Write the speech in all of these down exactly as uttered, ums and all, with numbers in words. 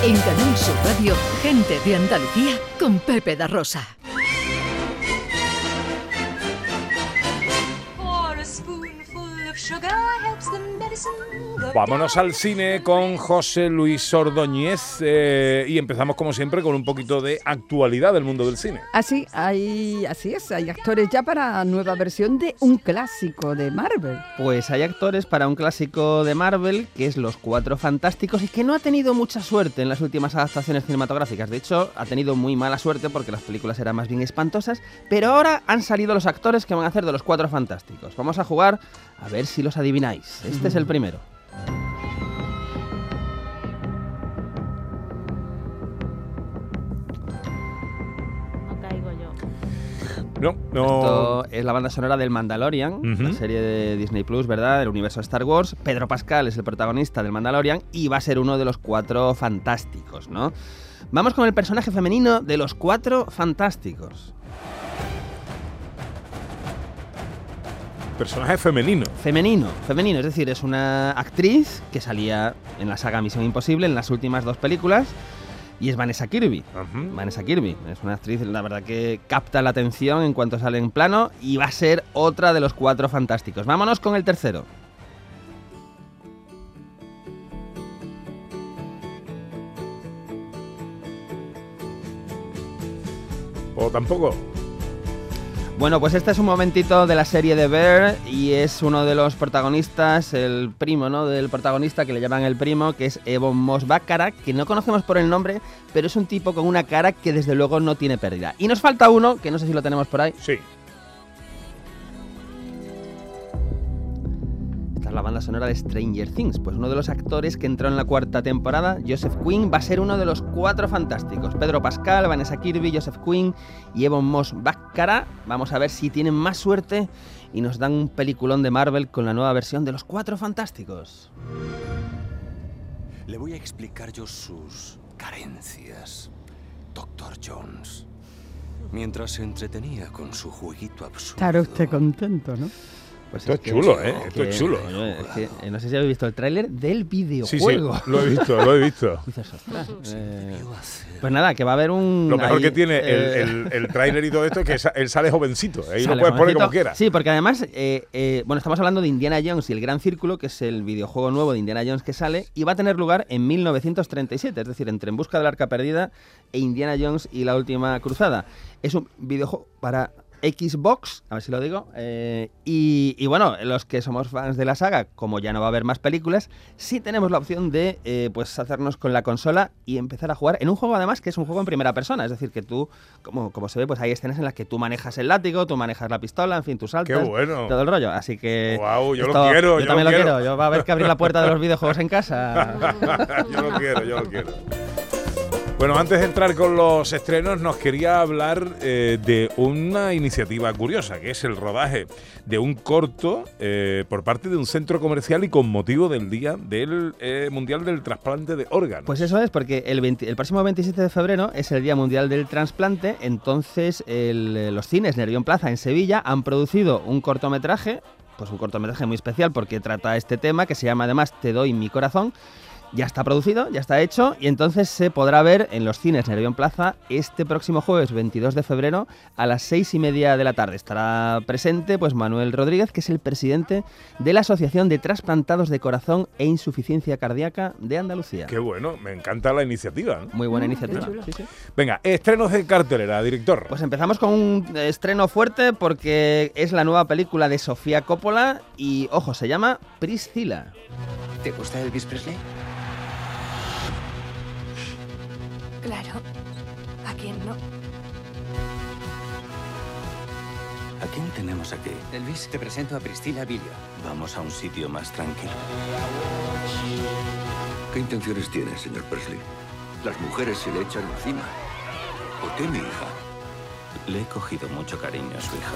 En Canal Sur Radio, Gente de Andalucía con Pepe da Rosa. Vámonos al cine con José Luis Ordóñez eh, y empezamos como siempre con un poquito de actualidad del mundo del cine. Así, hay, así es, hay actores ya para nueva versión de un clásico de Marvel. Pues hay actores para un clásico de Marvel que es Los Cuatro Fantásticos y que no ha tenido mucha suerte en las últimas adaptaciones cinematográficas. De hecho, ha tenido muy mala suerte porque las películas eran más bien espantosas, pero ahora han salido los actores que van a hacer de Los Cuatro Fantásticos. Vamos a jugar a ver si los adivináis. Este es el primero. No, no. Esto es la banda sonora del Mandalorian, uh-huh. la serie de Disney Plus, ¿verdad? Del universo de Star Wars. Pedro Pascal es el protagonista del Mandalorian y va a ser uno de los Cuatro Fantásticos, ¿no? Vamos con el personaje femenino de los Cuatro Fantásticos. Personaje femenino. Femenino, femenino, es decir, es una actriz que salía en la saga Misión Imposible en las últimas dos películas. Y es Vanessa Kirby. Uh-huh. Vanessa Kirby es una actriz, la verdad, que capta la atención en cuanto sale en plano y va a ser otra de los Cuatro Fantásticos. Vámonos con el tercero. ¿O tampoco? Bueno, pues este es un momentito de la serie de Bear y es uno de los protagonistas, el primo, ¿no?, del protagonista, que le llaman el primo, que es Ebon Moss-Baccarat, que no conocemos por el nombre, pero es un tipo con una cara que desde luego no tiene pérdida. Y nos falta uno, que no sé si lo tenemos por ahí. Sí. Esta es la banda sonora de Stranger Things. Pues uno de los actores que entró en la cuarta temporada, Joseph Quinn, va a ser uno de los Cuatro Fantásticos. Pedro Pascal, Vanessa Kirby, Joseph Quinn y Ebon Moss-Baccarat. Vamos a ver si tienen más suerte y nos dan un peliculón de Marvel con la nueva versión de los Cuatro Fantásticos. Le voy a explicar yo sus carencias, doctor Jones. Mientras se entretenía con su jueguito absurdo. Estará usted contento, ¿no? Pues esto es, es chulo, que, ¿eh? Esto es chulo. Eh, es que, eh, no sé si habéis visto el tráiler del videojuego. Sí, sí, lo he visto, lo he visto. eh, pues nada, que va a haber un... Lo mejor ahí, que tiene eh, el, el, el tráiler y todo esto es que él sale jovencito. Ahí sale lo puedes jovencito. poner como quieras. Sí, porque además, eh, eh, bueno, estamos hablando de Indiana Jones y el Gran Círculo, que es el videojuego nuevo de Indiana Jones que sale, y va a tener lugar en mil novecientos treinta y siete, es decir, entre En busca del arca perdida e Indiana Jones y la última cruzada. Es un videojuego para Xbox, a ver si lo digo, eh, y, y bueno, los que somos fans de la saga, como ya no va a haber más películas, sí tenemos la opción de eh, pues hacernos con la consola y empezar a jugar en un juego, además, que es un juego en primera persona, es decir, que tú, como, como se ve, pues hay escenas en las que tú manejas el látigo, tú manejas la pistola, en fin, tú saltas, ¡qué bueno! Todo el rollo, así que... ¡Wow! Yo esto, lo quiero, yo, yo también lo lo quiero. quiero, yo va a haber que abrir la puerta de los videojuegos en casa. Yo lo quiero, yo lo quiero. Bueno, antes de entrar con los estrenos, nos quería hablar eh, de una iniciativa curiosa, que es el rodaje de un corto eh, por parte de un centro comercial y con motivo del Día del eh, Mundial del Trasplante de Órganos. Pues eso es, porque el, veinte, el próximo veintisiete de febrero es el Día Mundial del Trasplante, entonces el, los cines Nervión Plaza en Sevilla han producido un cortometraje, pues un cortometraje muy especial porque trata este tema, que se llama además Te doy mi corazón. Ya está producido, ya está hecho y entonces se podrá ver en los cines Nervión Plaza este próximo jueves veintidós de febrero a las seis y media de la tarde. Estará presente pues Manuel Rodríguez, que es el presidente de la Asociación de Trasplantados de Corazón e Insuficiencia Cardíaca de Andalucía. Qué bueno, me encanta la iniciativa, ¿no? Muy buena Mm, iniciativa. qué Sí, sí. Venga, estrenos de cartelera, director. Pues empezamos con un estreno fuerte porque es la nueva película de Sofía Coppola y, ojo, se llama Priscila. ¿Te gusta Elvis Presley? Claro. ¿A quién no? ¿A quién tenemos aquí? Elvis, te presento a Priscilla Bilio. Vamos a un sitio más tranquilo. ¿Qué intenciones tiene, señor Presley? Las mujeres se le echan encima. ¿Por qué mi hija? Le he cogido mucho cariño a su hija.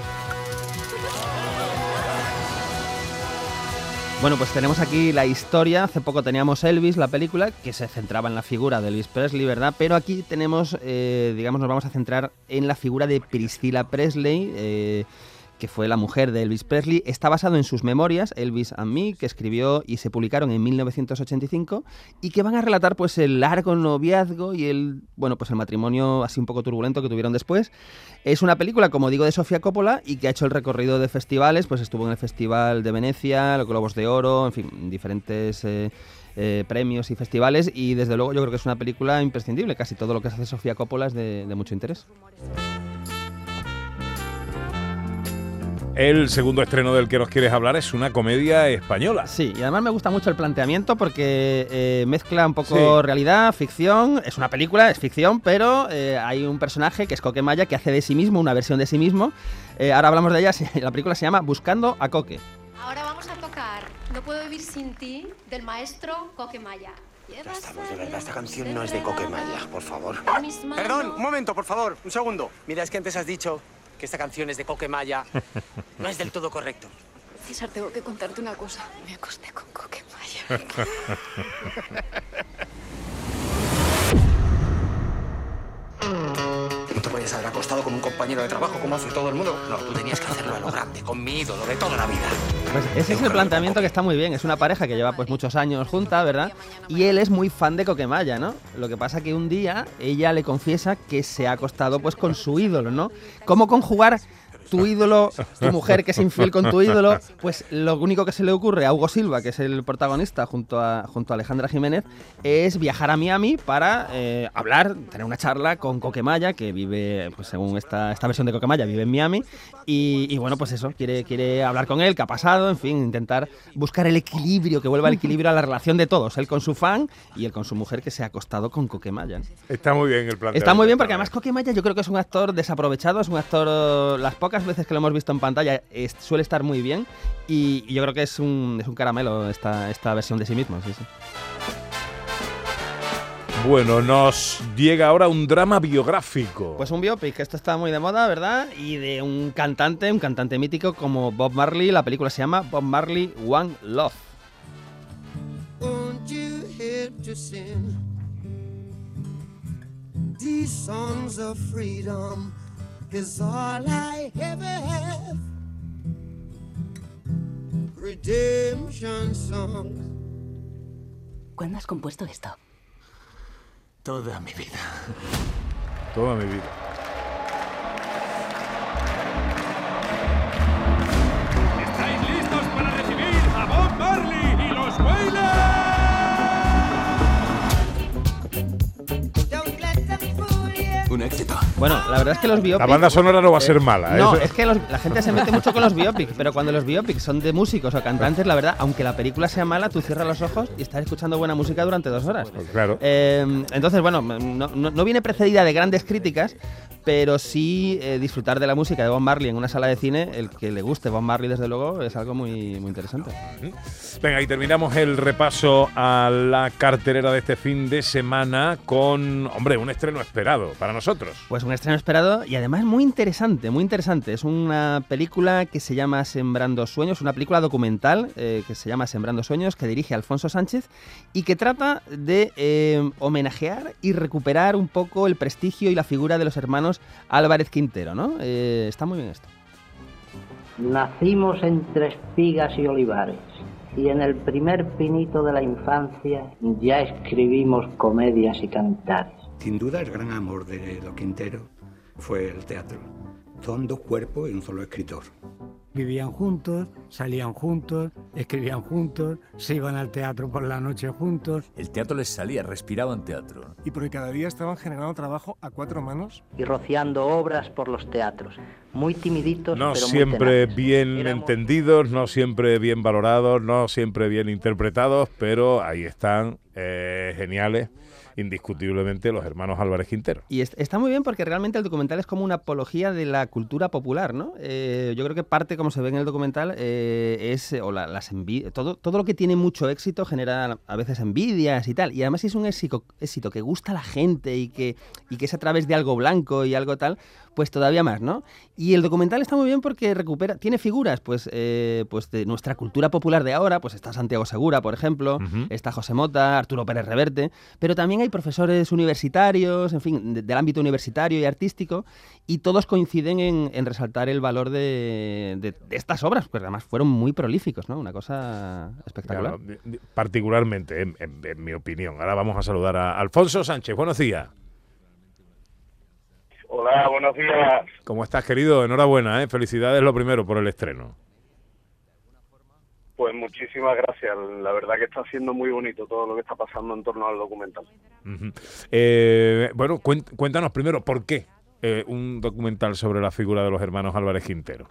Bueno, pues tenemos aquí la historia. Hace poco teníamos Elvis, la película, que se centraba en la figura de Elvis Presley, ¿verdad? Pero aquí tenemos, eh, digamos, nos vamos a centrar en la figura de Priscilla Presley, eh, que fue la mujer de Elvis Presley. Está basado en sus memorias, Elvis and Me, que escribió y se publicaron en mil novecientos ochenta y cinco y que van a relatar pues el largo noviazgo y el bueno pues el matrimonio así un poco turbulento que tuvieron después. Es una película, como digo, de Sofía Coppola y que ha hecho el recorrido de festivales, pues estuvo en el Festival de Venecia, los Globos de Oro, en fin, diferentes eh, eh, premios y festivales, y desde luego yo creo que es una película imprescindible. Casi todo lo que hace Sofía Coppola es de, de mucho interés. El segundo estreno del que nos quieres hablar es una comedia española. Sí, y además me gusta mucho el planteamiento porque eh, mezcla un poco sí. realidad, ficción. Es una película, es ficción, pero eh, hay un personaje que es Coquemaya que hace de sí mismo, una versión de sí mismo. Eh, ahora hablamos de ella, la película se llama Buscando a Coque. Ahora vamos a tocar No puedo vivir sin ti, del maestro Coquemaya. Ya estamos, de verdad, esta canción no es de Coquemaya, por favor. Perdón, un momento, por favor, un segundo. Mira, es que antes has dicho que esta canción es de Coquemaya. No es del todo correcto. César, tengo que contarte una cosa. Me acosté con Coquemaya. No te podías haber acostado con un compañero de trabajo como hace todo el mundo. No, tú tenías que hacerlo a lo grande, con mi ídolo de toda la vida. Pues ese es el planteamiento que está muy bien. Es una pareja que lleva pues muchos años junta, ¿verdad? Y él es muy fan de Coquemaya, ¿no? Lo que pasa que un día ella le confiesa que se ha acostado pues con su ídolo, ¿no? ¿Cómo conjugar tu ídolo, tu mujer que es infiel con tu ídolo? Pues lo único que se le ocurre a Hugo Silva, que es el protagonista junto a, junto a Alejandra Jiménez, es viajar a Miami para eh, hablar, tener una charla con Coquemaya, que vive, pues según esta, esta versión de Coquemaya, vive en Miami, y, y bueno, pues eso, quiere, quiere hablar con él, qué ha pasado, en fin, intentar buscar el equilibrio, que vuelva el equilibrio a la relación de todos, él con su fan y él con su mujer que se ha acostado con Coquemaya. Está muy bien el planteamiento. Está muy bien porque además Coquemaya yo creo que es un actor desaprovechado, es un actor, las pocas veces que lo hemos visto en pantalla es, suele estar muy bien y, y yo creo que es un, es un caramelo esta, esta versión de sí mismo. Sí, sí. Bueno, nos llega ahora un drama biográfico. Pues un biopic, esto está muy de moda, ¿verdad? Y de un cantante, un cantante mítico como Bob Marley. La película se llama Bob Marley One Love. Won't you help to sing these songs of freedom? Is all I ever have. Redemption songs. ¿Cuándo has compuesto esto? Toda mi vida. Toda mi vida. ¿Estáis listos para recibir a Bob Marley y los Wailers? Un éxito. Bueno, la verdad es que los biopics... La banda sonora no va a ser mala. No, eso. es que los, la gente se mete mucho con los biopics, pero cuando los biopics son de músicos o cantantes, la verdad, aunque la película sea mala, tú cierras los ojos y estás escuchando buena música durante dos horas. Pues claro. Eh, entonces, bueno, no, no, no viene precedida de grandes críticas, pero sí eh, disfrutar de la música de Bob Marley en una sala de cine, el que le guste Bob Marley, desde luego, es algo muy, muy interesante. Venga, y terminamos el repaso a la cartelera de este fin de semana con, hombre, un estreno esperado para nosotros. Pues un estreno esperado y además muy interesante, muy interesante. Es una película que se llama Sembrando Sueños, una película documental eh, que se llama Sembrando Sueños, que dirige Alfonso Sánchez y que trata de eh, homenajear y recuperar un poco el prestigio y la figura de los hermanos Álvarez Quintero, ¿no? Eh, está muy bien esto. Nacimos entre espigas y olivares, y en el primer pinito de la infancia ya escribimos comedias y cantares. Sin duda el gran amor de los Quintero fue el teatro. Son dos cuerpos y un solo escritor. Vivían juntos, salían juntos, escribían juntos, se iban al teatro por la noche juntos. El teatro les salía, respiraban teatro. Y porque cada día estaban generando trabajo a cuatro manos. Y rociando obras por los teatros, muy timiditos, no pero siempre muy bien Éramos... entendidos, no siempre bien valorados, no siempre bien interpretados, pero ahí están, eh, geniales. Indiscutiblemente los hermanos Álvarez Quintero. Y es, está muy bien porque realmente el documental es como una apología de la cultura popular, ¿no? Eh, yo creo que parte, como se ve en el documental, eh, es o la, las envidias, todo, todo lo que tiene mucho éxito genera a veces envidias y tal. Y además es un éxito, éxito que gusta a la gente y que, y que es a través de algo blanco y algo tal, pues todavía más, ¿no? Y el documental está muy bien porque recupera, tiene figuras, pues, eh, pues de nuestra cultura popular de ahora, pues está Santiago Segura, por ejemplo, uh-huh. está José Mota, Arturo Pérez Reverte, pero también hay profesores universitarios, en fin, de, del ámbito universitario y artístico, y todos coinciden en, en resaltar el valor de, de, de estas obras, porque además fueron muy prolíficos, ¿no? Una cosa espectacular. Claro, particularmente, en, en, en mi opinión. Ahora vamos a saludar a Alfonso Sánchez. Buenos días. Hola, buenos días. ¿Cómo estás, querido? Enhorabuena, ¿eh? Felicidades lo primero por el estreno. Pues muchísimas gracias. La verdad que está siendo muy bonito todo lo que está pasando en torno al documental. Uh-huh. Eh, bueno, cuéntanos primero, ¿por qué eh, un documental sobre la figura de los hermanos Álvarez Quintero?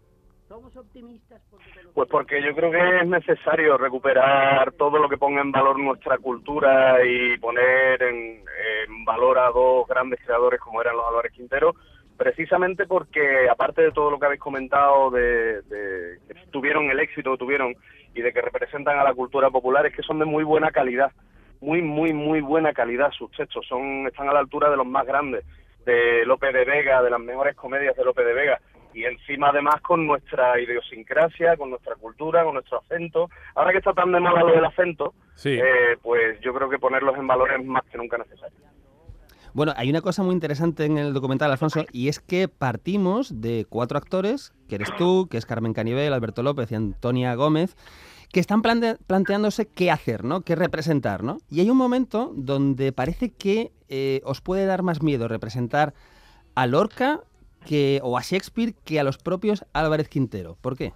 Pues porque yo creo que es necesario recuperar todo lo que ponga en valor nuestra cultura y poner en, en valor a dos grandes creadores como eran los Álvarez Quintero, precisamente porque, aparte de todo lo que habéis comentado, de, de que tuvieron el éxito que tuvieron y de que representan a la cultura popular, es que son de muy buena calidad, muy, muy, muy buena calidad sus textos, son están a la altura de los más grandes, de Lope de Vega, de las mejores comedias de Lope de Vega. Y encima, además, con nuestra idiosincrasia, con nuestra cultura, con nuestro acento. Ahora que está tan de moda lo del acento, sí. eh, pues yo creo que ponerlos en valor es más que nunca necesario. Bueno, hay una cosa muy interesante en el documental, Alfonso, y es que partimos de cuatro actores, que eres tú, que es Carmen Canivel, Alberto López y Antonia Gómez, que están plante- planteándose qué hacer, ¿no? Qué representar, ¿no? Y hay un momento donde parece que eh, os puede dar más miedo representar a Lorca que o a Shakespeare que a los propios Álvarez Quintero. ¿Por qué?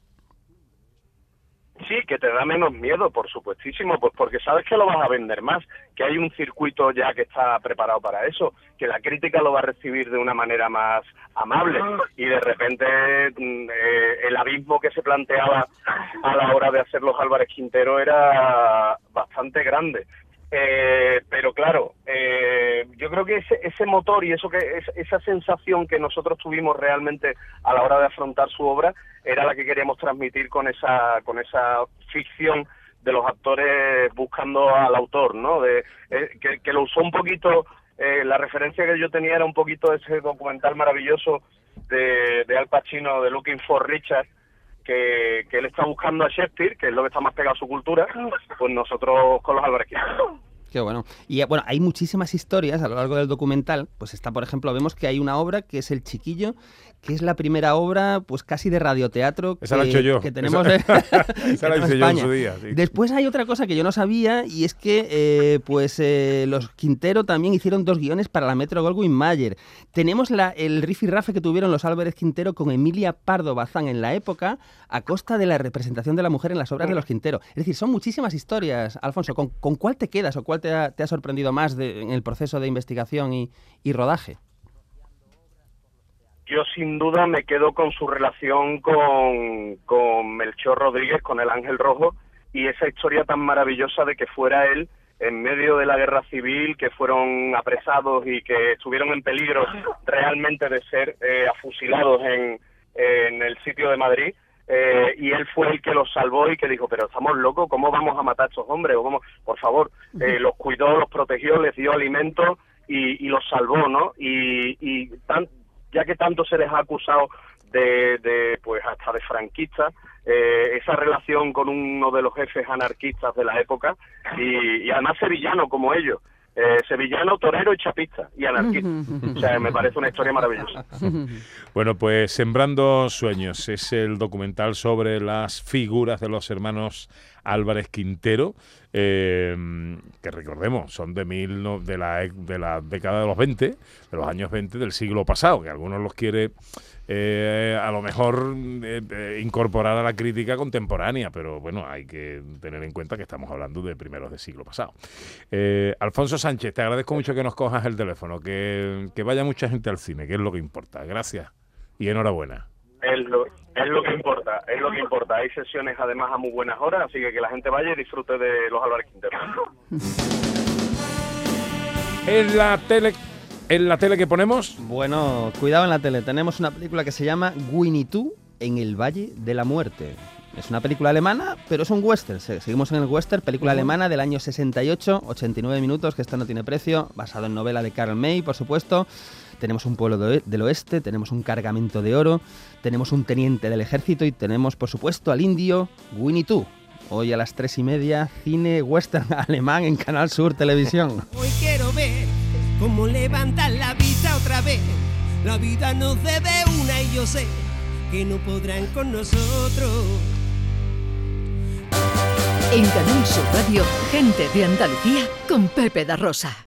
Sí, que te da menos miedo, por supuestísimo, pues porque sabes que lo vas a vender más, que hay un circuito ya que está preparado para eso, que la crítica lo va a recibir de una manera más amable y de repente eh, el abismo que se planteaba a la hora de hacer los Álvarez Quintero era bastante grande. Eh, pero claro, eh, yo creo que ese, ese motor y eso que es, esa sensación que nosotros tuvimos realmente a la hora de afrontar su obra era la que queríamos transmitir con esa con esa ficción de los actores buscando al autor, ¿no? De, eh, que, que lo usó un poquito, eh, la referencia que yo tenía era un poquito ese documental maravilloso de, de Al Pacino, de Looking for Richard, Que, que él está buscando a Shakespeare, que es lo que está más pegado a su cultura, pues nosotros con los Álvarez Quintero. Qué bueno. Y bueno, hay muchísimas historias a lo largo del documental. Pues está, por ejemplo, vemos que hay una obra que es El Chiquillo, que es la primera obra, pues casi de radioteatro que, esa la he hecho yo. que tenemos, esa, que esa la hice en yo España. en su día. Sí. Después hay otra cosa que yo no sabía, y es que eh, pues eh, los Quintero también hicieron dos guiones para la Metro-Goldwyn-Mayer. Tenemos la, el rifirrafe que tuvieron los Álvarez Quintero con Emilia Pardo Bazán en la época, a costa de la representación de la mujer en las obras de los Quintero. Es decir, son muchísimas historias. Alfonso, ¿con, con cuál te quedas o cuál te ha, te ha sorprendido más de, en el proceso de investigación y, y rodaje? Yo sin duda me quedo con su relación con, con Melchor Rodríguez, con el Ángel Rojo, y esa historia tan maravillosa de que fuera él, en medio de la guerra civil, que fueron apresados y que estuvieron en peligro realmente de ser eh, afusilados en, en el sitio de Madrid, eh, y él fue el que los salvó y que dijo, pero estamos locos, ¿cómo vamos a matar a estos hombres? ¿O cómo? Por favor, eh, los cuidó, los protegió, les dio alimento y, y los salvó, ¿no? Y, y tan, ya que tanto se les ha acusado de, de pues hasta de franquistas, eh, esa relación con uno de los jefes anarquistas de la época, y, y además sevillano como ellos, eh, sevillano, torero y chapista, y anarquista. O sea, me parece una historia maravillosa. Bueno, pues Sembrando Sueños es el documental sobre las figuras de los hermanos Álvarez Quintero, eh, que recordemos, son de mil no, de la de la década de los veinte, de los años veinte del siglo pasado, que algunos los quiere eh, a lo mejor eh, eh, incorporar a la crítica contemporánea, pero bueno, hay que tener en cuenta que estamos hablando de primeros del siglo pasado. Eh, Alfonso Sánchez, te agradezco mucho que nos cojas el teléfono, que, que vaya mucha gente al cine, que es lo que importa. Gracias y enhorabuena. Es lo, es lo que importa, es lo que importa. Hay sesiones además a muy buenas horas, así que que la gente vaya y disfrute de los Álvarez Quintero. En la tele, en la tele que ponemos. Bueno, cuidado en la tele. Tenemos una película que se llama Winnie two en el Valle de la Muerte. Es una película alemana, pero es un western. Seguimos en el western, película uh-huh. alemana del año sesenta y ocho, ochenta y nueve minutos, que esta no tiene precio, basado en novela de Karl May, por supuesto. tenemos un pueblo de- del oeste, tenemos un cargamento de oro, tenemos un teniente del ejército y tenemos, por supuesto, al indio Winnie Pooh. Hoy a las tres y media, cine western alemán en Canal Sur Televisión. Hoy quiero ver cómo levantan la vista otra vez. La vida nos debe una y yo sé que no podrán con nosotros. En Canal Sur Radio, Gente de Andalucía con Pepe da Rosa.